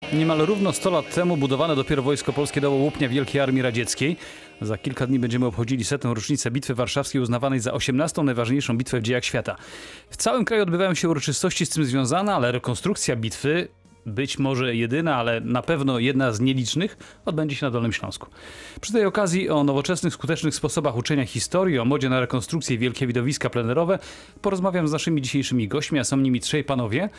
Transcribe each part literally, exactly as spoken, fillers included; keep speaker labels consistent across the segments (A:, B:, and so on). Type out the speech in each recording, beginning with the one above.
A: Niemal równo sto lat temu budowane dopiero Wojsko Polskie dało łupnia Wielkiej Armii Radzieckiej. Za kilka dni będziemy obchodzili setną rocznicę Bitwy Warszawskiej, uznawanej za osiemnastą najważniejszą bitwę w dziejach świata. W całym kraju odbywają się uroczystości z tym związane, ale rekonstrukcja bitwy, być może jedyna, ale na pewno jedna z nielicznych, odbędzie się na Dolnym Śląsku. Przy tej okazji o nowoczesnych, skutecznych sposobach uczenia historii, o modzie na rekonstrukcję i wielkie widowiska plenerowe porozmawiam z naszymi dzisiejszymi gośćmi, a są nimi trzej panowie.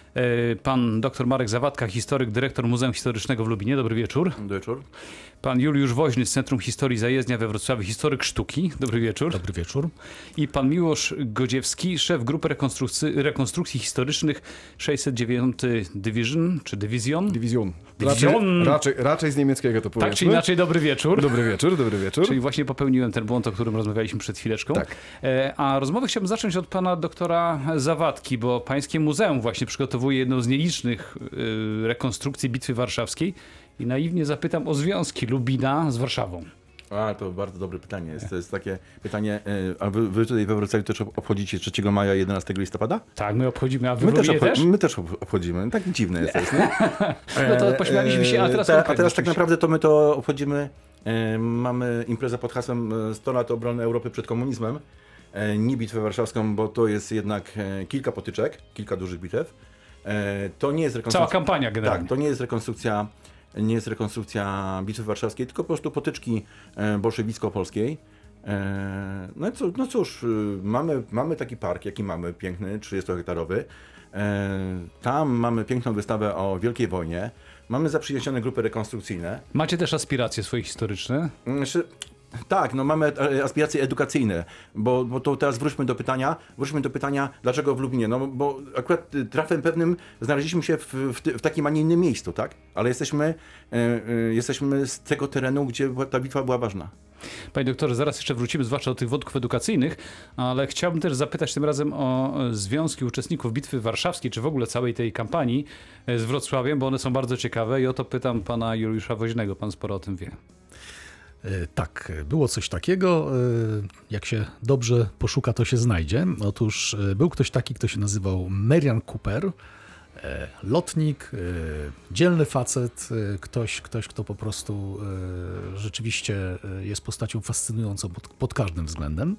A: Pan dr Marek Zawadka, historyk, dyrektor Muzeum Historycznego w Lubinie. Dobry wieczór.
B: Dobry wieczór.
A: Pan Juliusz Woźny z Centrum Historii Zajezdnia we Wrocławiu, historyk sztuki. Dobry wieczór.
C: Dobry wieczór.
A: I pan Miłosz Godziewski, szef Grupy Rekonstrukcji, Rekonstrukcji Historycznych sześćset dziewiąty Division, czy Dywizjon?
C: Dywizjon.
A: Dywizjon.
C: Raczej, raczej, raczej z niemieckiego to powiedzmy.
A: Tak czy inaczej, dobry wieczór.
C: Dobry wieczór, dobry wieczór.
A: Czyli właśnie popełniłem ten błąd, o którym rozmawialiśmy przed chwileczką.
C: Tak.
A: A rozmowę chciałbym zacząć od pana doktora Zawadki, bo pańskie muzeum właśnie przygotowuje jedną z nielicznych rekonstrukcji Bitwy Warszawskiej i naiwnie zapytam o związki Lubina z Warszawą.
B: A, to bardzo dobre pytanie. Jest, to jest takie pytanie, a wy, wy tutaj we Wrocławiu też obchodzicie trzeciego maja, jedenastego listopada?
A: Tak, my obchodzimy, a wy
B: My
A: w
B: też,
A: Lubinie
B: obcho-
A: też?
B: my też obchodzimy. Tak dziwne jest to, jest, nie?
A: No to pośmialiśmy się, a teraz
B: Ta, a
A: konkretnie
B: teraz tak
A: oczywiście.
B: naprawdę to my to obchodzimy. E, mamy imprezę pod hasłem sto lat obrony Europy przed komunizmem. E, nie bitwę warszawską, bo to jest jednak e, kilka potyczek, kilka dużych bitew. E, to nie jest rekonstrukcja.
A: Cała kampania generalnie.
B: Tak, to nie jest rekonstrukcja, nie jest rekonstrukcja Bitwy Warszawskiej, tylko po prostu potyczki e, bolszewicko-polskiej. E, no, co, no cóż, y, mamy, mamy taki park, jaki mamy, piękny, trzydziestohektarowy. E, tam mamy piękną wystawę o Wielkiej Wojnie. Mamy zaprzyjaźnione grupy rekonstrukcyjne.
A: Macie też aspiracje swoje historyczne?
B: Znaczy, tak, no mamy e, aspiracje edukacyjne, bo, bo to teraz wróćmy do pytania, wróćmy do pytania, dlaczego w Lublinie, no bo akurat y, trafem pewnym znaleźliśmy się w, w, ty- w takim, a nie innym miejscu, tak? Ale jesteśmy, e, e, jesteśmy z tego terenu, gdzie była- ta bitwa była ważna.
A: Panie doktorze, zaraz jeszcze wrócimy, zwłaszcza do tych wątków edukacyjnych, ale chciałbym też zapytać tym razem o związki uczestników Bitwy Warszawskiej, czy w ogóle całej tej kampanii z Wrocławiem, bo one są bardzo ciekawe i o to pytam pana Juliusza Woźnego, pan sporo o tym wie.
C: E, Tak, było coś takiego. e, Jak się dobrze poszuka, to się znajdzie. Otóż e, był ktoś taki, kto się nazywał Marian Cooper. e, Lotnik, e, dzielny facet, e, ktoś, ktoś, kto po prostu e, rzeczywiście e, jest postacią fascynującą pod, pod każdym względem.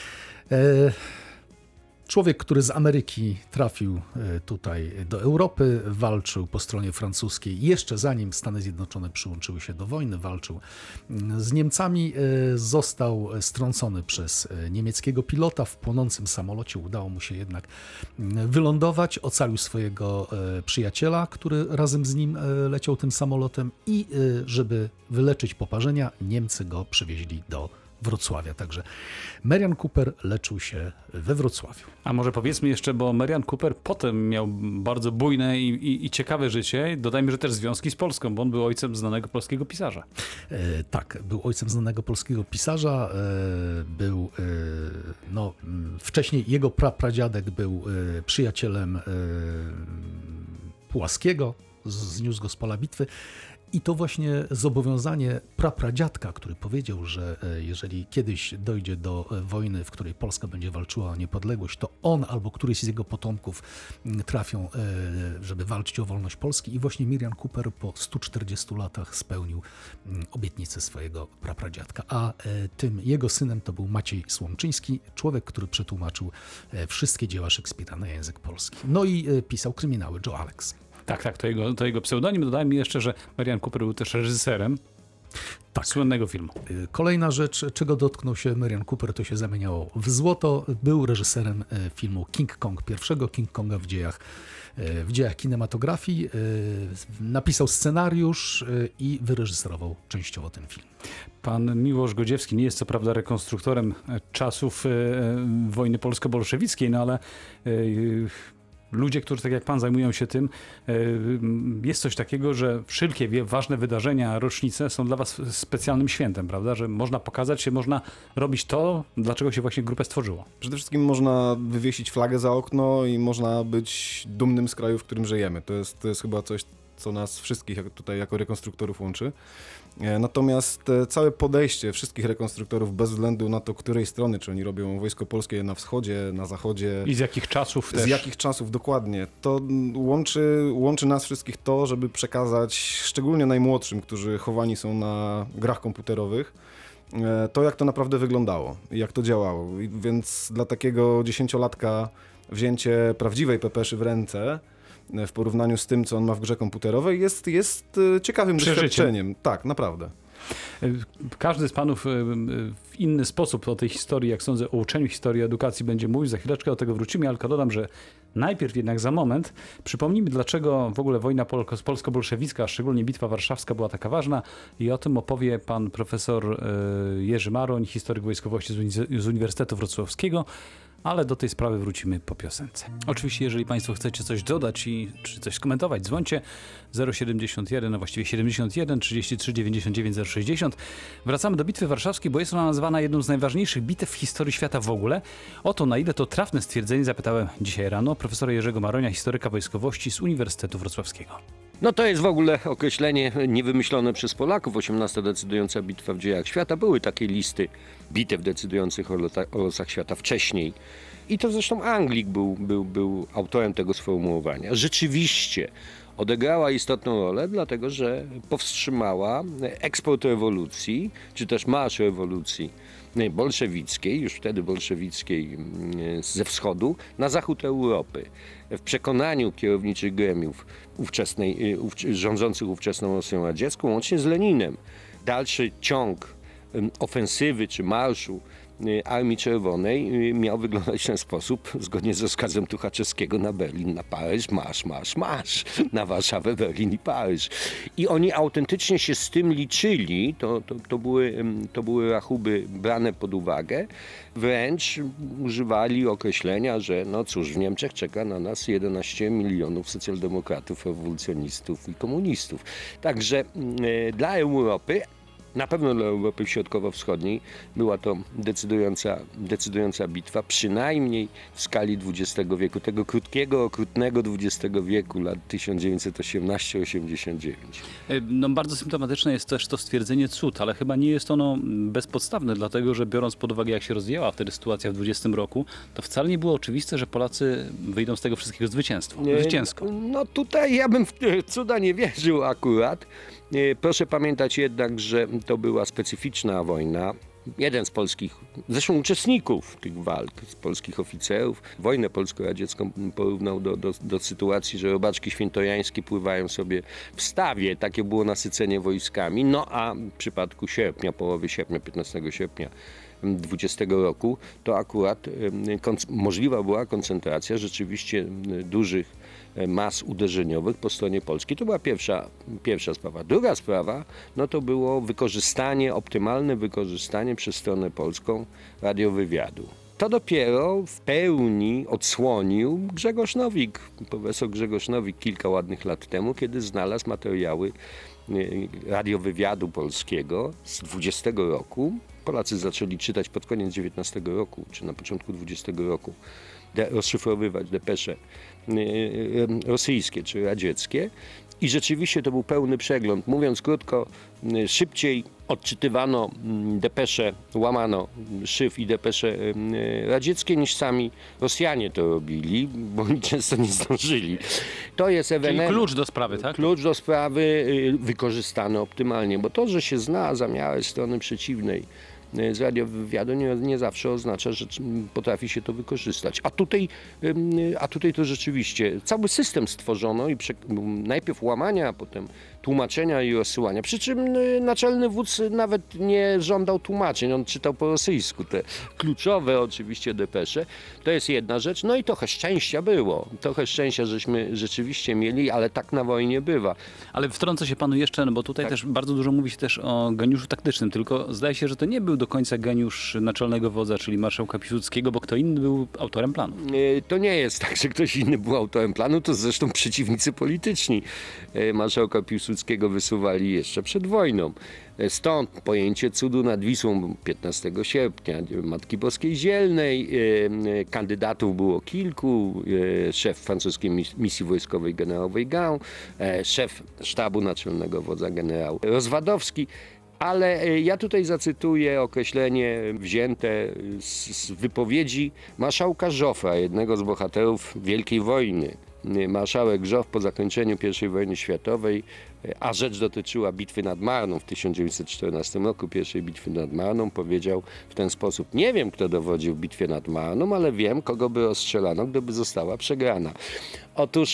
C: E, Człowiek, który z Ameryki trafił e, tutaj do Europy, walczył po stronie francuskiej. Jeszcze zanim Stany Zjednoczone przyłączyły się do wojny, walczył mm, z Niemcami. e, Został strącony przez e, niemieckiego pilota w płonącym samolocie. Udało mu się jednak mm, wylądować. Ocalił swojego e, przyjaciela, który razem z nim e, leciał tym samolotem i e, żeby wyleczyć poparzenia, Niemcy go przywieźli do Wrocławia. Także Marian Cooper leczył się we Wrocławiu.
A: A może powiedzmy jeszcze, bo Marian Cooper potem miał bardzo bujne i, i, i ciekawe życie. Dodajmy, że też związki z Polską, bo on był ojcem znanego polskiego pisarza.
C: E, tak, był ojcem znanego polskiego pisarza. E, był, e, no, m, wcześniej jego prapradziadek był e, przyjacielem e, Pułaskiego, z- zniósł go z pola bitwy. I to właśnie zobowiązanie prapradziadka, który powiedział, że e, jeżeli kiedyś dojdzie do e, wojny, w której Polska będzie walczyła o niepodległość, to on albo któryś z jego potomków m, trafią, e, żeby walczyć o wolność Polski. I właśnie Marian Cooper po stu czterdziestu latach spełnił m, obietnicę swojego prapradziadka. A e, tym jego synem to był Maciej Słomczyński, człowiek, który przetłumaczył e, wszystkie dzieła Szekspira na język polski. No i e, pisał kryminały Joe Alex.
A: Tak, tak, to jego, to jego pseudonim. Dodajmy jeszcze, że Marian Cooper był też reżyserem
C: Tak.
A: słynnego filmu.
C: Kolejna rzecz, czego dotknął się Marian Cooper, to się zamieniało w złoto. Był reżyserem e, filmu King Kong, pierwszego King Konga w dziejach, e, w dziejach kinematografii. E, Napisał scenariusz e, i wyreżyserował częściowo ten film.
A: Pan Miłosz Godziewski nie jest co prawda rekonstruktorem e, czasów e, wojny polsko-bolszewickiej, no ale e, ludzie, którzy tak jak pan zajmują się tym, e, jest coś takiego, że wszelkie wie- ważne wydarzenia, rocznice są dla was specjalnym świętem, prawda? Że można pokazać się, można robić to, dlaczego się właśnie grupę stworzyło.
D: Przede wszystkim można wywiesić flagę za okno i można być dumnym z kraju, w którym żyjemy. To jest, to jest chyba coś, co nas wszystkich jak tutaj jako rekonstruktorów łączy. Natomiast całe podejście wszystkich rekonstruktorów, bez względu na to, której strony, czy oni robią Wojsko Polskie na wschodzie, na zachodzie.
A: I z jakich czasów też.
D: Z jakich czasów, dokładnie. To łączy, łączy nas wszystkich to, żeby przekazać, szczególnie najmłodszym, którzy chowani są na grach komputerowych, to jak to naprawdę wyglądało, jak to działało. I więc dla takiego dziesięciolatka wzięcie prawdziwej pepeszy w ręce w porównaniu z tym, co on ma w grze komputerowej, jest, jest ciekawym
A: Przeżyciem.
D: doświadczeniem. Tak, naprawdę.
A: Każdy z panów w inny sposób o tej historii, jak sądzę, o uczeniu historii, edukacji będzie mówił. Za chwileczkę do tego wrócimy, ale tylko dodam, że najpierw jednak za moment przypomnijmy, dlaczego w ogóle wojna polsko-bolszewicka, a szczególnie Bitwa Warszawska była taka ważna i o tym opowie pan profesor Jerzy Maroń, historyk wojskowości z Uniwersytetu Wrocławskiego. Ale do tej sprawy wrócimy po piosence. Oczywiście, jeżeli państwo chcecie coś dodać i czy coś skomentować, dzwońcie zero siedemdziesiąt jeden, no właściwie siedemdziesiąt jeden trzydzieści trzy dziewięćdziesiąt dziewięć zero sześćdziesiąt. Wracamy do Bitwy Warszawskiej, bo jest ona nazywana jedną z najważniejszych bitew w historii świata w ogóle. O to, na ile to trafne stwierdzenie, zapytałem dzisiaj rano profesora Jerzego Maronia, historyka wojskowości z Uniwersytetu Wrocławskiego.
E: No to jest w ogóle określenie niewymyślone przez Polaków. osiemnasta decydująca bitwa w dziejach świata. Były takie listy bitew decydujących o, lota, o losach świata wcześniej. I to zresztą Anglik był, był, był autorem tego sformułowania. Rzeczywiście odegrała istotną rolę, dlatego że powstrzymała eksport rewolucji, czy też marsz rewolucji bolszewickiej, już wtedy bolszewickiej ze wschodu, na zachód Europy. W przekonaniu kierowniczych gremiów ówczesnej, rządzących ówczesną Rosją radziecką, łącznie z Leninem, dalszy ciąg ofensywy czy marszu Armii Czerwonej miał wyglądać w ten sposób, zgodnie z rozkazem Tuchaczewskiego, na Berlin, na Paryż, marsz, marsz, marsz, na Warszawę, Berlin i Paryż. I oni autentycznie się z tym liczyli, to, to, to, były, to były rachuby brane pod uwagę, wręcz używali określenia, że no cóż, w Niemczech czeka na nas jedenaście milionów socjaldemokratów, rewolucjonistów i komunistów. Także y, dla Europy, na pewno dla Europy Środkowo-Wschodniej była to decydująca, decydująca bitwa, przynajmniej w skali dwudziestego wieku, tego krótkiego, okrutnego dwudziestego wieku, lat tysiąc dziewięćset osiemnaście do osiemdziesiąt dziewięć.
A: No, bardzo symptomatyczne jest też to stwierdzenie cud, ale chyba nie jest ono bezpodstawne, dlatego że biorąc pod uwagę, jak się rozwijała wtedy sytuacja w dwudziestym roku, to wcale nie było oczywiste, że Polacy wyjdą z tego wszystkiego zwycięstwo, zwycięsko.
E: No tutaj ja bym w cuda nie wierzył akurat. Proszę pamiętać jednak, że to była specyficzna wojna. Jeden z polskich, zresztą uczestników tych walk, z polskich oficerów, wojnę polsko-radziecką porównał do, do, do sytuacji, że robaczki świętojańskie pływają sobie w stawie. Takie było nasycenie wojskami. No a w przypadku sierpnia, połowy sierpnia, piętnastego sierpnia dwudziestego roku, to akurat możliwa była koncentracja rzeczywiście dużych mas uderzeniowych po stronie polskiej. To była pierwsza, pierwsza sprawa. Druga sprawa, no to było wykorzystanie, optymalne wykorzystanie przez stronę polską radiowywiadu. To dopiero w pełni odsłonił Grzegorz Nowik, profesor Grzegorz Nowik kilka ładnych lat temu, kiedy znalazł materiały radiowywiadu polskiego z dwudziestego roku. Polacy zaczęli czytać pod koniec dziewiętnastego roku, czy na początku dwudziestego roku, de- rozszyfrowywać depesze rosyjskie czy radzieckie. I rzeczywiście to był pełny przegląd. Mówiąc krótko, szybciej odczytywano depesze, łamano szyfr i depesze radzieckie niż sami Rosjanie to robili, bo oni często nie zdążyli. To jest ewenement.
A: Czyli klucz do sprawy, tak?
E: Klucz do sprawy wykorzystany optymalnie, bo to, że się zna zamiary strony przeciwnej z radiowywiadu, nie, nie zawsze oznacza, że potrafi się to wykorzystać. A tutaj, a tutaj to rzeczywiście cały system stworzono i prze, najpierw łamania, a potem tłumaczenia i rozsyłania. Przy czym naczelny wódz nawet nie żądał tłumaczeń, on czytał po rosyjsku te kluczowe oczywiście depesze. To jest jedna rzecz. No i trochę szczęścia było. Trochę szczęścia żeśmy rzeczywiście mieli, ale tak na wojnie bywa.
A: Ale wtrącę się panu jeszcze, no bo tutaj
E: Tak.
A: też bardzo dużo mówi się też o geniuszu taktycznym, tylko zdaje się, że to nie był do końca geniusz naczelnego wodza, czyli marszałka Piłsudskiego, bo kto inny był autorem planu.
E: To nie jest tak, że ktoś inny był autorem planu, to zresztą przeciwnicy polityczni marszałka Piłsudskiego Piłsudskiego wysuwali jeszcze przed wojną. Stąd pojęcie cudu nad Wisłą piętnastego sierpnia, Matki Boskiej Zielnej. Kandydatów było kilku. Szef francuskiej misji wojskowej generał Weygand, szef sztabu naczelnego wodza generał Rozwadowski. Ale ja tutaj zacytuję określenie wzięte z, z wypowiedzi marszałka Joffra, jednego z bohaterów Wielkiej Wojny. Marszałek Joffre po zakończeniu pierwszej wojny światowej, a rzecz dotyczyła bitwy nad Marną w tysiąc dziewięćset czternastym roku, pierwszej bitwy nad Marną, powiedział w ten sposób: nie wiem, kto dowodził w bitwie nad Marną, ale wiem, kogo by rozstrzelano, gdyby została przegrana. Otóż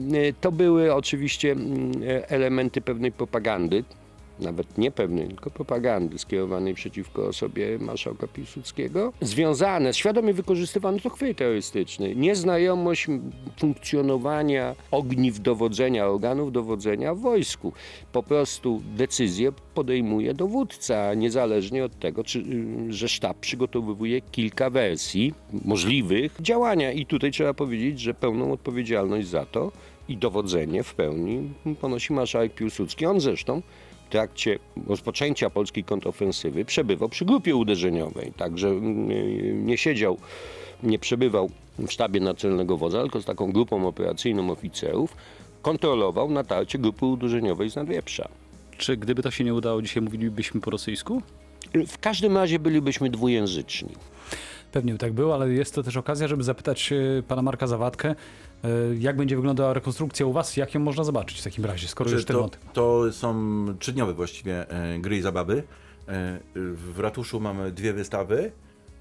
E: to były oczywiście elementy pewnej propagandy, nawet nie pewnej, tylko propagandy skierowanej przeciwko osobie marszałka Piłsudskiego, związane, świadomie wykorzystywano to chwyt terrorystyczny, nieznajomość funkcjonowania ogniw dowodzenia, organów dowodzenia w wojsku. Po prostu decyzję podejmuje dowódca, niezależnie od tego, czy, że sztab przygotowuje kilka wersji możliwych działania. I tutaj trzeba powiedzieć, że pełną odpowiedzialność za to i dowodzenie w pełni ponosi marszałek Piłsudski. On zresztą w trakcie rozpoczęcia polskiej kontrofensywy przebywał przy grupie uderzeniowej, także nie siedział, nie przebywał w sztabie naczelnego wodza, tylko z taką grupą operacyjną oficerów kontrolował natarcie grupy uderzeniowej z Nadwieprza.
A: Czy gdyby to się nie udało, dzisiaj mówilibyśmy po rosyjsku?
E: W każdym razie bylibyśmy dwujęzyczni.
A: Pewnie tak było, ale jest to też okazja, żeby zapytać e, pana Marka Zawatkę, e, jak będzie wyglądała rekonstrukcja u was, jak ją można zobaczyć w takim razie, skoro już ten
B: to,
A: motyw.
B: to są trzydniowe właściwie e, gry i zabawy. E, w ratuszu mamy dwie wystawy,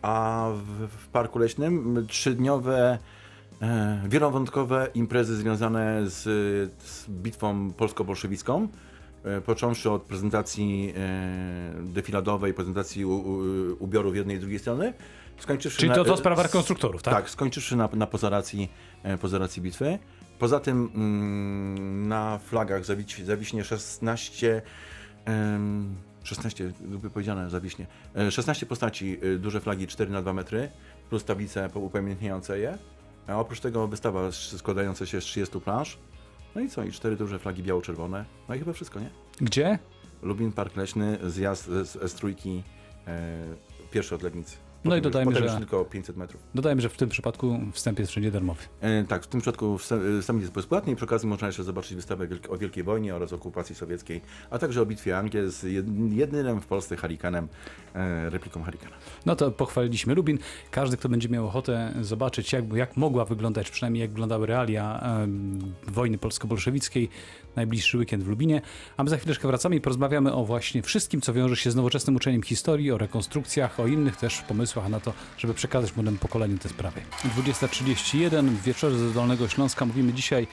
B: a w, w Parku Leśnym trzydniowe, e, wielowątkowe imprezy związane z, z bitwą polsko-bolszewicką. E, począwszy od prezentacji e, defiladowej, prezentacji u, u, ubiorów jednej i drugiej strony, skończywszy
A: Czyli
B: na,
A: to, to sprawa rekonstruktorów, tak?
B: Tak, skończywszy na, na pozaracji, e, pozaracji bitwy. Poza tym mm, na flagach zawiś, zawiśnie szesnaście, em, szesnaście, jakby powiedziane zawiśnie, e, szesnaście postaci, e, duże flagi cztery na dwa metry, plus tablice upamiętniające je. A oprócz tego wystawa sz- składająca się z trzydziestu plansz. No i co? I cztery duże flagi biało-czerwone. No i chyba wszystko, nie?
A: Gdzie?
B: Lubin, Park Leśny, zjazd z S trzy, e, pierwszy od Legnicy.
A: No
B: Potem
A: i dodajmy,
B: już, potem
A: że-
B: już tylko pięćset metrów.
A: Dodajmy, że w tym przypadku wstęp jest wszędzie darmowy.
B: E, tak, w tym przypadku wstęp wstęp jest bezpłatny i przy okazji można jeszcze zobaczyć wystawę wielk- o Wielkiej Wojnie oraz okupacji sowieckiej, a także o bitwie Anglie z jed- jedynym w Polsce Hurrikanem, e, repliką Hurrikana.
A: No to pochwaliliśmy Lubin. Każdy, kto będzie miał ochotę zobaczyć, jak, jak mogła wyglądać, przynajmniej jak wyglądały realia em, wojny polsko-bolszewickiej, najbliższy weekend w Lubinie. A my za chwileczkę wracamy i porozmawiamy o właśnie wszystkim, co wiąże się z nowoczesnym uczeniem historii, o rekonstrukcjach, o innych też pomysłach na to, żeby przekazać młodemu pokoleniu te sprawy. dwudziesta trzydzieści jeden w wieczorze z Dolnego Śląska mówimy dzisiaj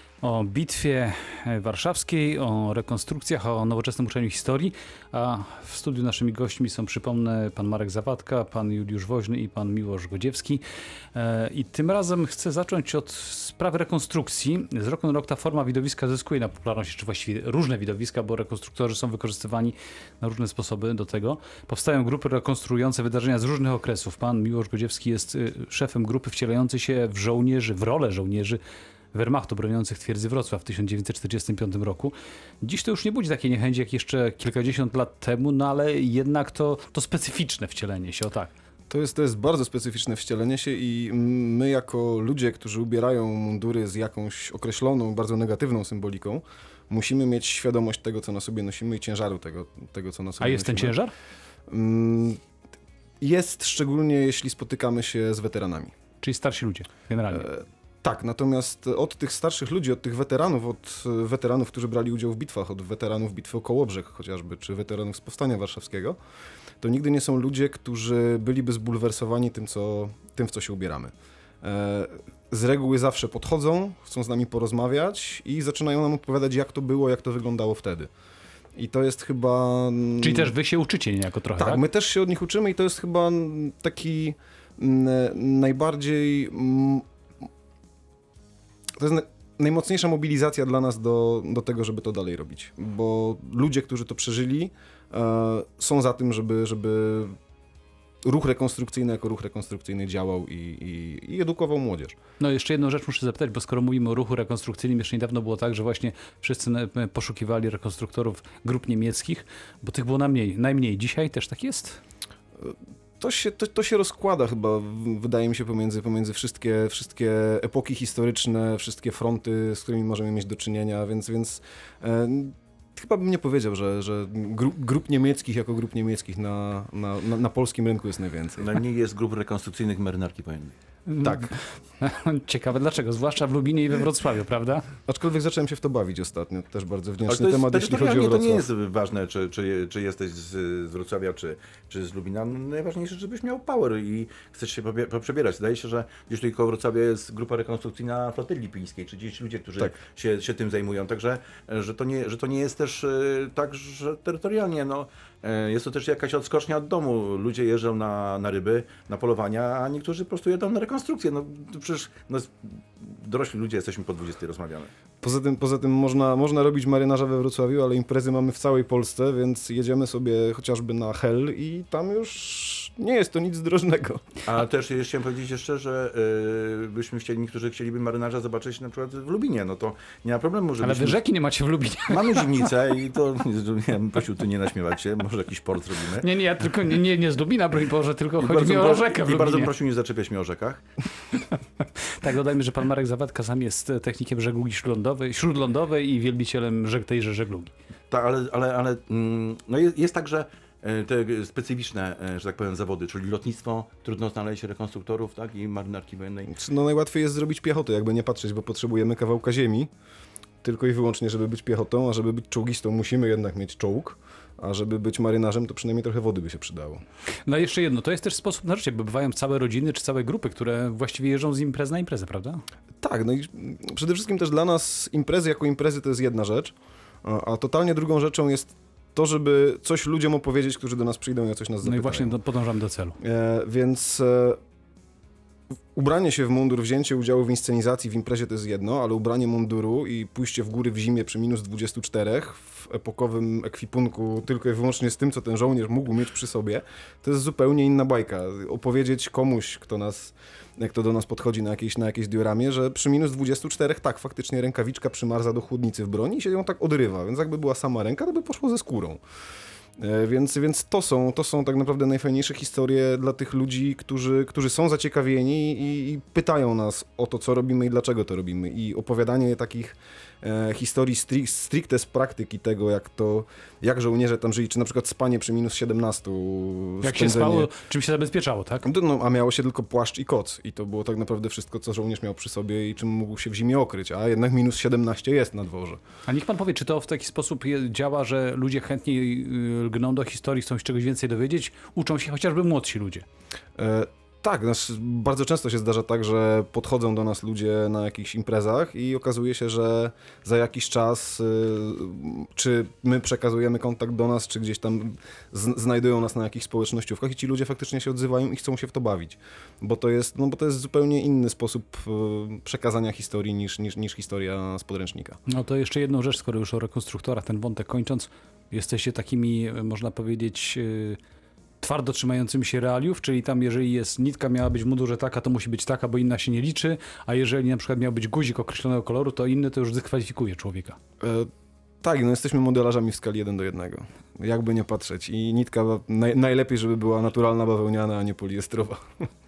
A: o bitwie warszawskiej, o rekonstrukcjach, o nowoczesnym uczeniu historii, a w studiu naszymi gośćmi są, przypomnę, pan Marek Zawadka, pan Juliusz Woźny i pan Miłosz Godziewski. E, I tym razem chcę zacząć od sprawy rekonstrukcji. Z roku na rok ta forma widowiska zyskuje na popularności, czy właściwie różne widowiska, bo rekonstruktorzy są wykorzystywani na różne sposoby do tego. Powstają grupy rekonstruujące wydarzenia z różnych okresów. Pan Miłosz Godziewski jest y, szefem grupy wcielającej się w żołnierzy, w rolę żołnierzy Wehrmachtu broniących twierdzy Wrocław w tysiąc dziewięćset czterdziestym piątym roku. Dziś to już nie budzi takiej niechęci jak jeszcze kilkadziesiąt lat temu, no ale jednak to, to specyficzne wcielenie się, o tak.
D: To jest, to jest bardzo specyficzne wcielenie się i my jako ludzie, którzy ubierają mundury z jakąś określoną, bardzo negatywną symboliką, musimy mieć świadomość tego, co na sobie nosimy i ciężaru tego, tego co na sobie
A: A jest ten
D: nosimy.
A: ciężar?
D: Mm, Jest, szczególnie jeśli spotykamy się z weteranami.
A: Czyli starsi ludzie, generalnie.
D: E, Tak, natomiast od tych starszych ludzi, od tych weteranów, od weteranów, którzy brali udział w bitwach, od weteranów bitwy o Kołobrzeg chociażby, czy weteranów z Powstania Warszawskiego, to nigdy nie są ludzie, którzy byliby zbulwersowani tym, co, tym w co się ubieramy. E, Z reguły zawsze podchodzą, chcą z nami porozmawiać i zaczynają nam opowiadać, jak to było, jak to wyglądało wtedy. I to jest chyba...
A: Czyli też wy się uczycie niejako trochę,
D: Tak,
A: tak?
D: my też się od nich uczymy i to jest chyba taki mm, najbardziej... mm, To jest na, najmocniejsza mobilizacja dla nas do, do tego, żeby to dalej robić. Bo ludzie, którzy to przeżyli, e, są za tym, żeby, żeby ruch rekonstrukcyjny jako ruch rekonstrukcyjny działał i, i, i edukował młodzież.
A: No jeszcze jedną rzecz muszę zapytać, bo skoro mówimy o ruchu rekonstrukcyjnym, jeszcze niedawno było tak, że właśnie wszyscy na- poszukiwali rekonstruktorów grup niemieckich, bo tych było najmniej. najmniej. Dzisiaj też tak jest?
D: To się, to, to się rozkłada chyba, w- wydaje mi się, pomiędzy, pomiędzy wszystkie, wszystkie epoki historyczne, wszystkie fronty, z którymi możemy mieć do czynienia, więc, więc e, chyba bym nie powiedział, że, że gru, grup niemieckich jako grup niemieckich na, na, na, na polskim rynku jest najwięcej.
B: Najmniej jest grup rekonstrukcyjnych marynarki wojennej.
D: Tak,
A: Ciekawe dlaczego, zwłaszcza w Lubinie i we Wrocławiu, prawda?
D: aczkolwiek zacząłem się w to bawić ostatnio, też bardzo
B: Ale
D: wdzięczny
B: to, jest,
D: temat, jeśli chodzi o
B: terytorialnie to
D: Wrocław.
B: nie jest ważne, czy, czy, czy jesteś z, z Wrocławia, czy, czy z Lubina. Najważniejsze, żebyś miał power i chcesz się popie- poprzebierać. Zdaje się, że gdzieś tutaj koło Wrocławia jest grupa rekonstrukcyjna flotyli lipińskiej, czy gdzieś ludzie, którzy
D: Tak.
B: się, się tym zajmują. Także, że to nie, że to nie jest też e, tak, że terytorialnie, no, e, jest to też jakaś odskocznia od domu. Ludzie jeżdżą na, na ryby, na polowania, a niektórzy po prostu jedą na rekonstrukcję. No to przecież no, dorośli ludzie jesteśmy po dwudziestej rozmawiamy.
D: Poza tym, poza tym można, można robić marynarza we Wrocławiu, ale imprezy mamy w całej Polsce, więc jedziemy sobie chociażby na Hel i tam już nie jest to nic drożnego.
B: A też chciałem powiedzieć jeszcze, że y, byśmy chcieli, niektórzy chcieliby marynarza zobaczyć na przykład w Lubinie, no to nie ma problemu,
A: Ale
B: żebyśmy...
A: wy rzeki nie macie w Lubinie.
B: Mamy zimnicę i to, nie bym prosił tu nie naśmiewać się, może jakiś port zrobimy.
A: Nie, nie, ja tylko nie, nie, nie z Lubina, broń Boże, tylko
B: I
A: chodzi mi
B: bym
A: o
B: prosi-
A: rzekę w
B: I bardzo bym
A: Lubinie.
B: prosił nie zaczepiać mnie o rzekach.
A: Tak, dodajmy, że pan Marek Zawadka sam jest technikiem żeglugi śródlądowej, śródlądowej i wielbicielem żeg, tejże żeglugi.
B: Tak, ale, ale, ale mm, no jest, jest tak, że e, te specyficzne, e, że tak powiem, zawody, czyli lotnictwo, trudno znaleźć rekonstruktorów, tak, i marynarki wojennej.
D: No najłatwiej jest zrobić piechotę, jakby nie patrzeć, bo potrzebujemy kawałka ziemi, tylko i wyłącznie, żeby być piechotą, a żeby być czołgistą musimy jednak mieć czołg, a żeby być marynarzem, to przynajmniej trochę wody by się przydało.
A: No i jeszcze jedno, to jest też sposób na życie, bo bywają całe rodziny czy całe grupy, które właściwie jeżdżą z imprez na imprezę, prawda?
D: Tak, no i przede wszystkim też dla nas imprezy jako imprezy to jest jedna rzecz, a, a totalnie drugą rzeczą jest to, żeby coś ludziom opowiedzieć, którzy do nas przyjdą i o coś nas
A: No
D: zapytają.
A: i właśnie do, podążamy do celu.
D: E, więc e, ubranie się w mundur, wzięcie udziału w inscenizacji w imprezie to jest jedno, ale ubranie munduru i pójście w góry w zimie przy minus dwudziestu czterech w epokowym ekwipunku tylko i wyłącznie z tym, co ten żołnierz mógł mieć przy sobie, to jest zupełnie inna bajka. Opowiedzieć komuś, kto nas, jak to do nas podchodzi na jakiejś, na jakiejś dioramie, że przy minus dwudziestu czterech tak, faktycznie rękawiczka przymarza do chłodnicy w broni i się ją tak odrywa, więc jakby była sama ręka, to by poszło ze skórą. E, Więc, więc to, są, to są tak naprawdę najfajniejsze historie dla tych ludzi, którzy, którzy są zaciekawieni i, i pytają nas o to, co robimy i dlaczego to robimy. I opowiadanie takich e, historii stri, stricte z praktyki tego, jak to, jak żołnierze tam żyli, czy na przykład spanie przy minus siedemnastu.
A: Jak się
D: spędzenie-
A: spało, czym się zabezpieczało, tak?
D: No, a miało się tylko płaszcz i koc i to było tak naprawdę wszystko, co żołnierz miał przy sobie i czym mógł się w zimie okryć, a jednak minus siedemnaście jest na dworze.
A: A niech pan powie, czy to w taki sposób je- działa, że ludzie chętniej y, lgną do historii, chcą się czegoś więcej dowiedzieć, uczą się chociażby młodsi ludzie.
D: E, tak, nasz, bardzo często się zdarza tak, że podchodzą do nas ludzie na jakichś imprezach i okazuje się, że za jakiś czas, y, czy my przekazujemy kontakt do nas, czy gdzieś tam z, znajdują nas na jakichś społecznościówkach i ci ludzie faktycznie się odzywają i chcą się w to bawić, bo to jest, no, bo to jest zupełnie inny sposób y, przekazania historii niż, niż, niż historia z podręcznika.
A: No to jeszcze jedną rzecz, skoro już o rekonstruktorach ten wątek kończąc, jesteście takimi, y, można powiedzieć, y, twardo trzymającymi się realiów, czyli tam jeżeli jest nitka miała być w mundurze taka, to musi być taka, bo inna się nie liczy, a jeżeli na przykład miał być guzik określonego koloru, to inny to już dyskwalifikuje człowieka.
D: E, tak, no jesteśmy modelarzami w skali jeden do jednego. Jakby nie patrzeć. I nitka naj, najlepiej, żeby była naturalna, bawełniana, a nie poliestrowa.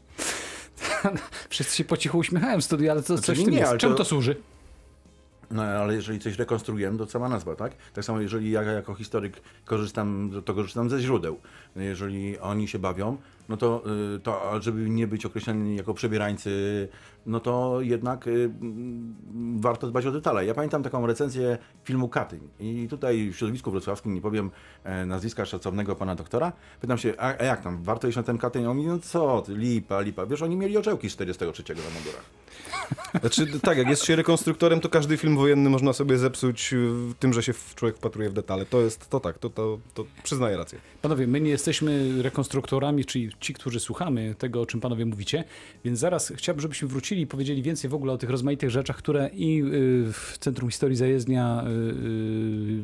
A: Wszyscy się po cichu uśmiechają w studiu, ale to,
B: Znaczy,
A: coś w
B: nie,
A: tym
B: nie,
A: jest.
B: ale
A: Czemu
B: to-
A: to służy?
B: No ale jeżeli coś rekonstruujemy, to sama nazwa, tak? Tak samo jeżeli ja jako historyk korzystam, to korzystam ze źródeł. Jeżeli oni się bawią, no to, y, to a żeby nie być określeni jako przebierańcy, no to jednak y, mm, warto dbać o detale. Ja pamiętam taką recenzję filmu Katyń i tutaj w środowisku wrocławskim, nie powiem e, nazwiska szacownego pana doktora, pytam się, a, a jak tam, warto iść na ten Katyń? On mówi, no co ty, lipa, lipa. Wiesz, oni mieli orzełki z czterdziestego trzeciego na mundurach.
D: Znaczy, tak, jak jest się rekonstruktorem, to każdy film wojenny można sobie zepsuć w tym, że się człowiek wpatruje w detale. To jest, to tak, to, to, to przyznaję rację.
A: Panowie, my nie jesteśmy rekonstruktorami, czyli ci, którzy słuchamy tego, o czym panowie mówicie, więc zaraz chciałbym, żebyśmy wrócili i powiedzieli więcej w ogóle o tych rozmaitych rzeczach, które i y, w Centrum Historii Zajezdnia y, y,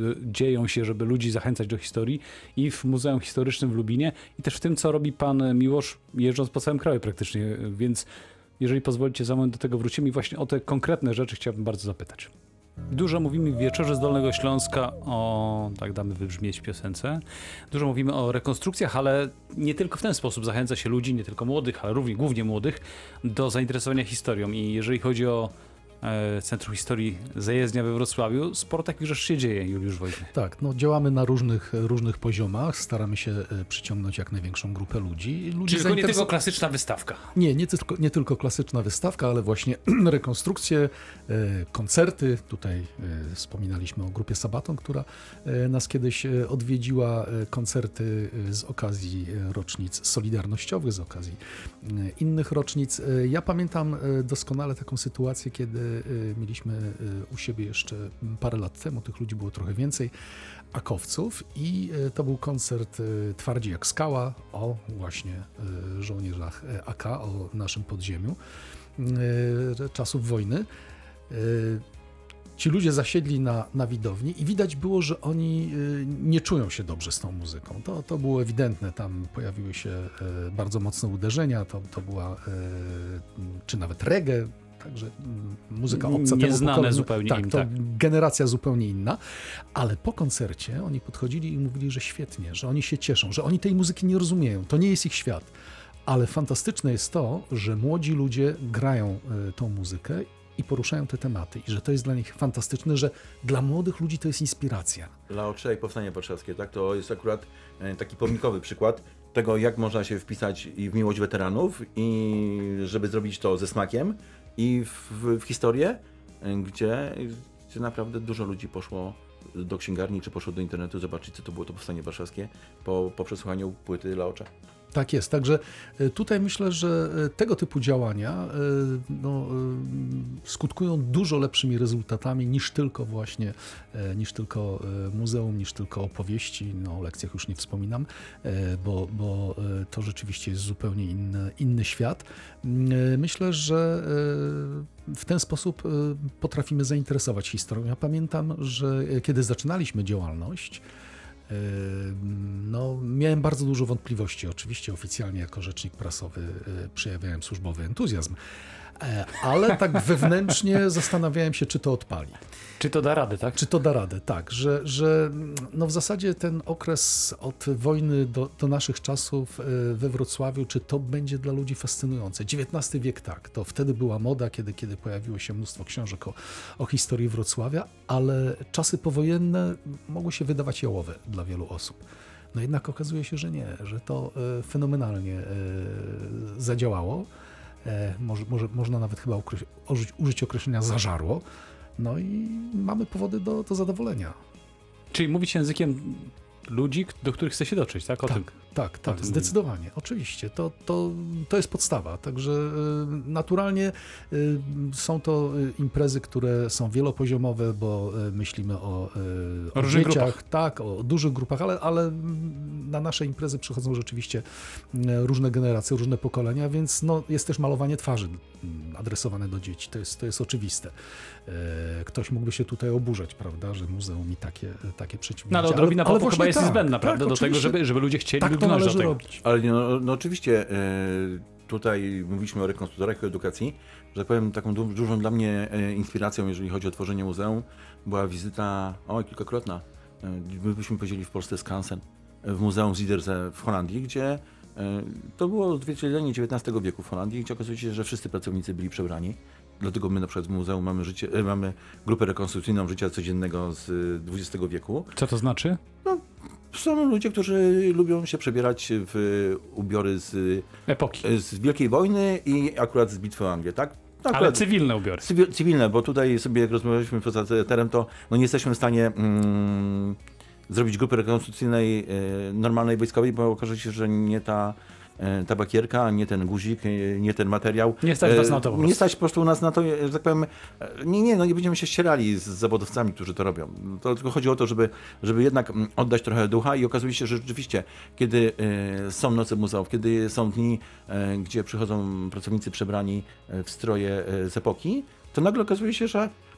A: rzeczy dzieją się, żeby ludzi zachęcać do historii i w Muzeum Historycznym w Lubinie i też w tym, co robi pan Miłosz, jeżdżąc po całym kraju praktycznie, więc jeżeli pozwolicie, za moment do tego wrócimy i właśnie o te konkretne rzeczy chciałbym bardzo zapytać. Dużo mówimy w Wieczorze z Dolnego Śląska o, tak damy wybrzmieć w piosence, dużo mówimy o rekonstrukcjach, ale nie tylko w ten sposób zachęca się ludzi, nie tylko młodych, ale również głównie młodych, do zainteresowania historią. I jeżeli chodzi o e, Centrum Historii Zajezdnia we Wrocławiu, sporo takich rzeczy się dzieje, Juliusz Wojtny.
C: Tak, no działamy na różnych, różnych poziomach, staramy się e, przyciągnąć jak największą grupę ludzi. ludzi
A: Czyli tylko nie
C: zainteres-
A: tylko klasyczna wystawka.
C: Nie, nie tylko, nie tylko klasyczna wystawka, ale właśnie rekonstrukcje, e, koncerty. Tutaj e, wspominaliśmy o grupie Sabaton, która e, nas kiedyś e, odwiedziła. E, koncerty e, z okazji e, rocznic solidarnościowych, z okazji e, innych rocznic. E, ja pamiętam e, doskonale taką sytuację, kiedy e, mieliśmy e, u siebie jeszcze parę lat temu, tych ludzi było trochę więcej, akowców i e, to był koncert e, Twardzi jak skała o właśnie e, żołnierzach e, A K, o naszym podziemiu e, czasów wojny. E, Ci ludzie zasiedli na, na widowni i widać było, że oni e, nie czują się dobrze z tą muzyką. To, to było ewidentne, tam pojawiły się e, bardzo mocne uderzenia, to, to była e, czy nawet reggae, także mm, muzyka obca temu
A: Nieznane
C: pokoleniu.
A: zupełnie
C: tak,
A: im,
C: to
A: tak.
C: generacja zupełnie inna, ale po koncercie oni podchodzili i mówili, że świetnie, że oni się cieszą, że oni tej muzyki nie rozumieją, to nie jest ich świat. Ale fantastyczne jest to, że młodzi ludzie grają y, tą muzykę i poruszają te tematy i że to jest dla nich fantastyczne, że dla młodych ludzi to jest inspiracja.
B: Lao Tse i Powstanie Warszawskie, tak? To jest akurat e, taki pomnikowy przykład tego, jak można się wpisać i w miłość weteranów i żeby zrobić to ze smakiem i w, w, w historię, e, gdzie, gdzie naprawdę dużo ludzi poszło do księgarni czy poszło do internetu zobaczyć, co to było to Powstanie Warszawskie po, po przesłuchaniu płyty Lao Tse.
C: Tak jest, także y, tutaj myślę, że y, tego typu działania y, no, y, skutkują dużo lepszymi rezultatami niż tylko właśnie, y, niż tylko y, muzeum, niż tylko opowieści, no o lekcjach już nie wspominam, y, bo, bo y, to rzeczywiście jest zupełnie inny, inny świat. Y, Myślę, że y, w ten sposób y, potrafimy zainteresować historią. Ja pamiętam, że y, kiedy zaczynaliśmy działalność, no, miałem bardzo dużo wątpliwości. Oczywiście oficjalnie jako rzecznik prasowy przejawiałem służbowy entuzjazm, ale tak wewnętrznie zastanawiałem się, czy to odpali.
A: Czy to da radę, tak?
C: Czy to da radę, tak, że, że no w zasadzie ten okres od wojny do, do naszych czasów we Wrocławiu, czy to będzie dla ludzi fascynujące? dziewiętnasty wiek tak, to wtedy była moda, kiedy, kiedy pojawiło się mnóstwo książek o, o historii Wrocławia, ale czasy powojenne mogły się wydawać jałowe dla wielu osób. No jednak okazuje się, że nie, że to fenomenalnie zadziałało. Może, może, można nawet chyba ukreś- użyć, użyć określenia zażarło. No i mamy powody do, do zadowolenia.
A: Czyli mówić językiem ludzi, do których chce się dotrzeć, tak? O
C: tak,
A: tym.
C: tak, tak,
A: tym
C: zdecydowanie, oczywiście. To, to, to jest podstawa. Także y, naturalnie y, są to y, imprezy, które są wielopoziomowe, bo y, myślimy o, y, o,
A: O różnych
C: dzieciach,
A: grupach.
C: tak, o dużych grupach, ale, ale mm, na nasze imprezy przychodzą rzeczywiście y, różne generacje, różne pokolenia, więc no, jest też malowanie twarzy mm, adresowane do dzieci. To jest, to jest oczywiste. Y, ktoś mógłby się tutaj oburzać, prawda, że muzeum mi takie, takie przedsięwzięcia.
A: No ale odrobina
C: ale
A: popu chyba
C: właśnie
A: jest
C: tak,
A: niezbędna,
C: tak,
A: prawda? Do tego,
C: oczywiście.
A: żeby, żeby ludzie chcieli
C: Tak to
A: lgnąć do
C: należy
A: tego.
C: robić.
B: Ale no, no oczywiście e, tutaj mówiliśmy o rekonstruktorach i o edukacji, że tak powiem taką du dużą dla mnie e, inspiracją, jeżeli chodzi o tworzenie muzeum, była wizyta, oj kilkakrotna, e, my byśmy powiedzieli w Polsce Skansen, w Muzeum Ziderze w Holandii, gdzie e, to było odzwierciedlenie dziewiętnastego wieku w Holandii, gdzie okazuje się, że wszyscy pracownicy byli przebrani. Dlatego my na przykład w muzeum mamy, życie, e, mamy grupę rekonstrukcyjną życia codziennego z dwudziestego wieku.
A: Co to znaczy?
B: Są ludzie, którzy lubią się przebierać w ubiory z,
A: Epoki.
B: z Wielkiej Wojny i akurat z Bitwy o Anglię, tak?
A: Ale
B: Akurat
A: cywilne ubiory.
B: cywi- cywilne, bo tutaj sobie jak rozmawialiśmy poza terem, to no nie jesteśmy w stanie mm, zrobić grupy rekonstrukcyjnej e, normalnej wojskowej, bo okaże się, że nie ta e, ta bakierka, nie ten guzik, e, nie ten materiał.
A: Nie stać was na to po
B: Nie
A: prostu.
B: stać po prostu nas na to, że tak powiem, e, nie, nie, no nie będziemy się ścierali z zawodowcami, którzy to robią. To tylko chodzi o to, żeby, żeby jednak mm, oddać trochę ducha i okazuje się, że rzeczywiście, kiedy e, są noce muzeów, kiedy są dni, e, gdzie przychodzą pracownicy przebrani e, w stroje e, z epoki, to nagle okazuje się, że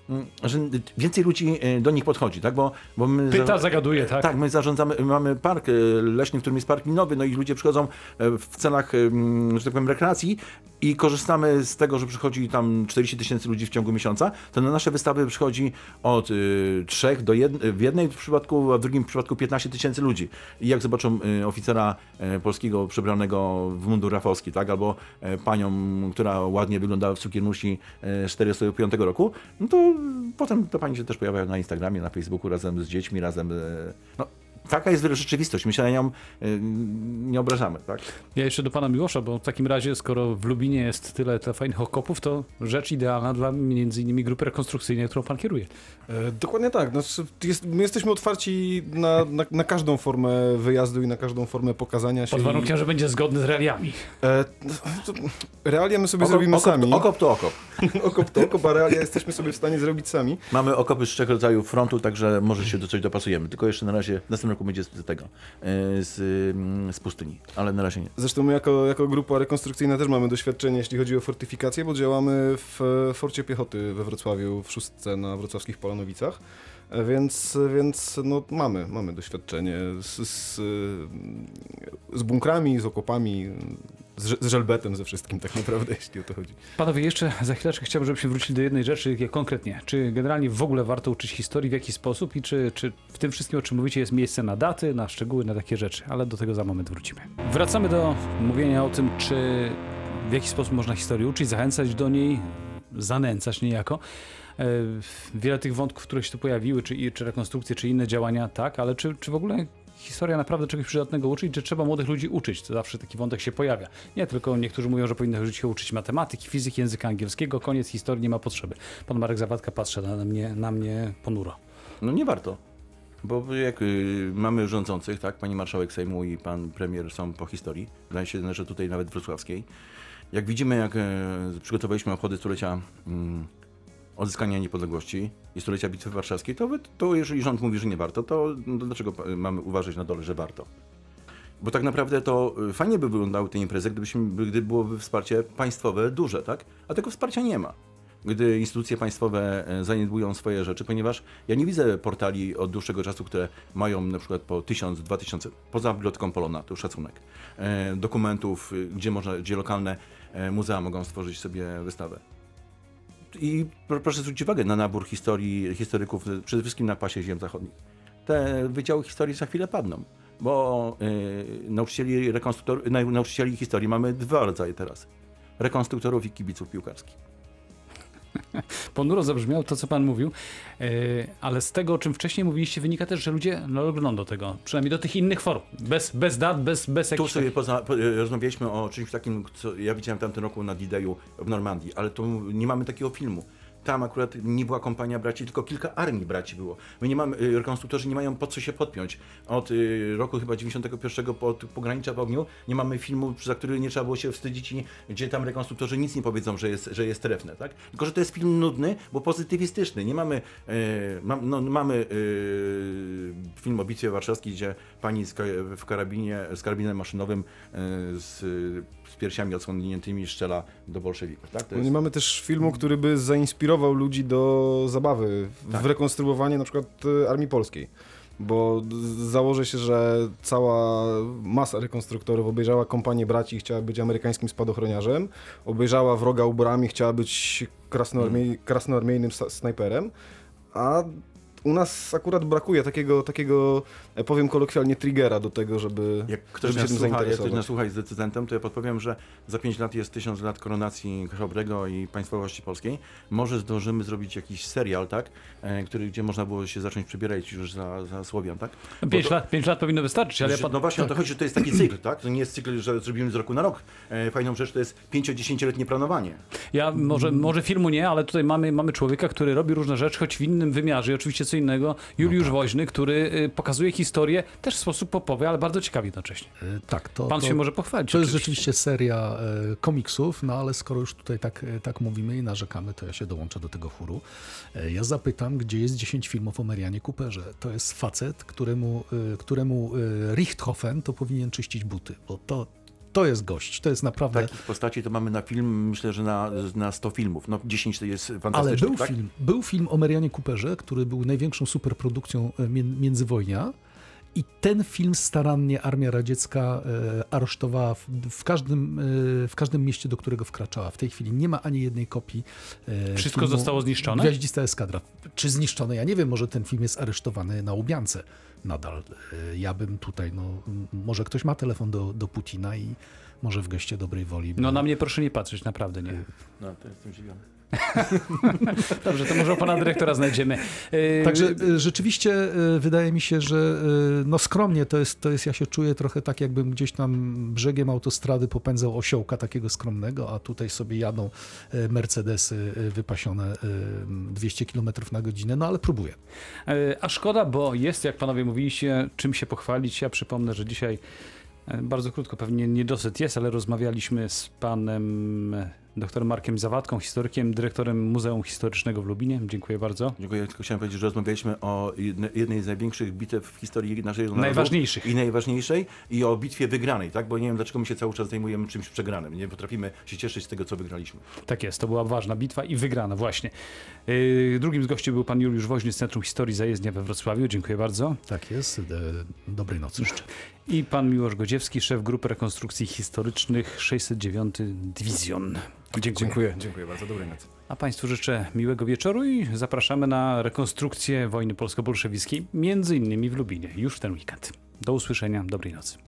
B: że więcej ludzi do nich podchodzi, tak? Bo, bo my
A: Pyta, zagaduje, tak?
B: Tak, my zarządzamy, mamy park leśny, w którym jest park linowy, no i ludzie przychodzą w celach, że tak powiem, rekreacji i korzystamy z tego, że przychodzi tam czterdzieści tysięcy ludzi w ciągu miesiąca, to na nasze wystawy przychodzi od y, trzech do jednej, w jednej przypadku, a w drugim przypadku piętnaście tysięcy ludzi. I jak zobaczą y, oficera y, polskiego przebranego w mundur rafalski, tak, albo y, panią, która ładnie wyglądała w cukiernusi y, czterdziestego piątego roku, no to potem te pani się też pojawiają na Instagramie, na Facebooku razem z dziećmi, razem, y, no, taka jest rzeczywistość, my się na nią y, nie obrażamy, tak?
A: Ja jeszcze do pana Miłosza, bo w takim razie, skoro w Lubinie jest tyle, tyle fajnych okopów, to rzecz idealna dla między innymi grupy rekonstrukcyjnej, którą pan kieruje.
D: E, dokładnie tak. Znaczy, jest, my jesteśmy otwarci na, na, na każdą formę wyjazdu i na każdą formę pokazania się.
A: Pod warunkiem,
D: i...
A: że będzie zgodny z realiami.
D: E, to, realia my sobie
B: Okop,
D: zrobimy
B: okop,
D: sami.
B: okop to okop.
D: okop to okop, a realia jesteśmy sobie w stanie zrobić sami.
B: Mamy okopy z trzech rodzajów frontu, także może się do coś dopasujemy. Tylko jeszcze na razie, w następnym roku będzie z tego, z, z pustyni, ale na razie nie.
D: Zresztą my jako, jako grupa rekonstrukcyjna też mamy doświadczenie, jeśli chodzi o fortyfikację, bo działamy w Forcie Piechoty we Wrocławiu, w szóstce na wrocławskich Polanowicach. Więc, więc no, mamy, mamy doświadczenie z, z, z bunkrami, z okopami, z, z żelbetem, ze wszystkim tak naprawdę, jeśli o to chodzi.
A: Panowie, jeszcze za chwileczkę chciałbym, żebyśmy wrócili do jednej rzeczy konkretnie. Czy generalnie w ogóle warto uczyć historii, w jaki sposób i czy, czy w tym wszystkim, o czym mówicie, jest miejsce na daty, na szczegóły, na takie rzeczy, ale do tego za moment wrócimy. Wracamy do mówienia o tym, czy w jaki sposób można historię uczyć, zachęcać do niej, zanęcać niejako. Wiele tych wątków, które się tu pojawiły, czy, czy rekonstrukcje, czy inne działania, tak, ale czy, czy w ogóle historia naprawdę czegoś przydatnego uczyć, czy trzeba młodych ludzi uczyć? To zawsze taki wątek się pojawia. Nie tylko niektórzy mówią, że powinno się uczyć matematyki, fizyki, języka angielskiego, koniec historii, nie ma potrzeby. Pan Marek Zawadka patrzy na mnie, na mnie ponuro.
B: No nie warto, bo jak y, mamy rządzących, tak, pani marszałek Sejmu i pan premier są po historii, wydaje się, że tutaj nawet wrocławskiej. Jak widzimy, jak y, przygotowaliśmy obchody stulecia y, odzyskania niepodległości i stulecia Bitwy Warszawskiej, to, to jeżeli rząd mówi, że nie warto, to, to dlaczego mamy uważać na dole, że warto? Bo tak naprawdę to fajnie by wyglądały te imprezy, gdybyśmy, gdyby byłoby wsparcie państwowe duże, tak? A tego wsparcia nie ma. Gdy instytucje państwowe zaniedbują swoje rzeczy, ponieważ ja nie widzę portali od dłuższego czasu, które mają na przykład po tysiąc, dwa tysiące, poza Biblioteką Polona, to już szacunek, dokumentów, gdzie, można, gdzie lokalne muzea mogą stworzyć sobie wystawę. I proszę zwrócić uwagę na nabór historii, historyków, przede wszystkim na pasie ziem zachodnich. Te wydziały historii za chwilę padną, bo yy, nauczycieli, rekonstruktor, nauczycieli historii mamy dwa rodzaje teraz. Rekonstruktorów i kibiców piłkarskich.
A: Ponuro zabrzmiało to, co pan mówił, yy, ale z tego, o czym wcześniej mówiliście, wynika też, że ludzie no, lgną do tego, przynajmniej do tych innych form, bez, bez dat, bez, bez jakichś...
B: Tu sobie poza, po, rozmawialiśmy o czymś takim, co ja widziałem tamtym roku na D-Dayu w Normandii, ale tu nie mamy takiego filmu. Tam akurat nie była kompania braci, tylko kilka armii braci było. My nie mamy, rekonstruktorzy nie mają po co się podpiąć. Od y, roku chyba dziewięćdziesiątego pierwszego od pogranicza w ogniu nie mamy filmu, za który nie trzeba było się wstydzić i gdzie tam rekonstruktorzy nic nie powiedzą, że jest, że jest trefne, tak? Tylko, że to jest film nudny, bo pozytywistyczny. Nie mamy, y, ma, no, mamy y, film o Bitwie Warszawskiej, gdzie pani z, w karabinie, z karabinem maszynowym y, z, z piersiami odsłoniętymi strzela do bolszewików, tak? To jest...
D: Nie mamy też filmu, który by zainspirował ludzi do zabawy w
B: Tak.
D: rekonstruowanie na przykład Armii Polskiej. Bo założę się, że cała masa rekonstruktorów obejrzała kompanię braci i chciała być amerykańskim spadochroniarzem, obejrzała wroga uborami, chciała być krasnoarmii- krasnoarmijnym snajperem, a u nas akurat brakuje takiego, takiego, powiem kolokwialnie, triggera do tego, żeby,
B: Jak ktoś
D: żeby się
B: nas
D: tym
B: słucha, jak ktoś
D: zainteresować.
B: nas słucha i jest decydentem, to ja podpowiem, że za pięć lat jest tysiąc lat koronacji Chrobrego i państwowości polskiej. Może zdążymy zrobić jakiś serial, tak, e, który, gdzie można było się zacząć przebierać już za, za Słowian, tak?
A: Pięć,
B: Bo to-
A: lat, pięć lat powinno wystarczyć, ale ja pan...
B: No właśnie o to chodzi, że to jest taki cykl, tak? To nie jest cykl, że zrobimy z roku na rok. E, fajną rzecz to jest pięcio-dziesięcioletnie planowanie.
A: Ja może, może filmu nie, ale tutaj mamy, mamy człowieka, który robi różne rzeczy, choć w innym wymiarze i oczywiście co innego. Juliusz no tak. Woźny, który y, pokazuje historię też w sposób popowy, ale bardzo ciekawie jednocześnie.
C: E, Tak, to,
A: Pan
C: to,
A: się może pochwalić.
C: to jest
A: oczywiście.
C: rzeczywiście seria e, komiksów, no ale skoro już tutaj tak, e, tak mówimy i narzekamy, to ja się dołączę do tego chóru. E, ja zapytam, gdzie jest dziesięć filmów o Marianie Cooperze. To jest facet, któremu, e, któremu e, Richthofen to powinien czyścić buty, bo to to jest gość, to jest naprawdę...
B: Takich postaci to mamy na film, myślę, że na, na sto filmów. No dziesięć to jest
C: Ale
B: fantastyczne,
C: był
B: tak?
C: film, był film o Marianie Cooperze, który był największą superprodukcją e, mię- międzywojnia. I ten film starannie Armia Radziecka e, aresztowała w, w, każdym, e, w każdym mieście, do którego wkraczała. W tej chwili nie ma ani jednej kopii. E,
A: Wszystko
C: filmu
A: zostało zniszczone?
C: Gwiaździsta eskadra. Czy zniszczone? Ja nie wiem, może ten film jest aresztowany na Łubiance nadal. E, ja bym tutaj, no, m- może ktoś ma telefon do, do Putina i może w geście dobrej woli.
A: No
C: bo-
A: na mnie proszę nie patrzeć, naprawdę nie.
B: No, to jestem zdziwiony.
A: Dobrze, to może u pana dyrektora znajdziemy. Yy,
C: Także y, rzeczywiście y, wydaje mi się, że y, no skromnie to jest, to jest, ja się czuję trochę tak, jakbym gdzieś tam brzegiem autostrady popędzał osiołka takiego skromnego, a tutaj sobie jadą y, Mercedesy y, wypasione y, dwieście kilometrów na godzinę, no ale próbuję.
A: yy, A szkoda, bo jest, jak panowie mówiliście, czym się pochwalić. Ja przypomnę, że dzisiaj yy, bardzo krótko, pewnie niedosyt jest, ale rozmawialiśmy z panem doktorem Markiem Zawadką, historykiem, dyrektorem Muzeum Historycznego w Lubinie. Dziękuję bardzo.
B: Dziękuję. Tylko chciałem powiedzieć, że rozmawialiśmy o jedne- jednej z największych bitew w historii naszego narodu.
A: Najważniejszych.
B: I najważniejszej. I o bitwie wygranej, tak? Bo nie wiem, dlaczego my się cały czas zajmujemy czymś przegranym. Nie potrafimy się cieszyć z tego, co wygraliśmy.
A: Tak jest, to była ważna bitwa i wygrana właśnie. Yy, Drugim z gości był pan Juliusz Woźny z Centrum Historii Zajezdnia we Wrocławiu. Dziękuję bardzo.
C: Tak jest. E, dobrej nocy życzę.
A: I pan Miłosz Godziewski, szef Grupy Rekonstrukcji Historycznych sześćset dziewiąty Dywizjon. Dziękuję.
D: Dziękuję, dziękuję bardzo. Dobrej nocy.
A: A państwu życzę miłego wieczoru i zapraszamy na rekonstrukcję wojny polsko-bolszewickiej, między innymi w Lubinie, już w ten weekend. Do usłyszenia, dobrej nocy.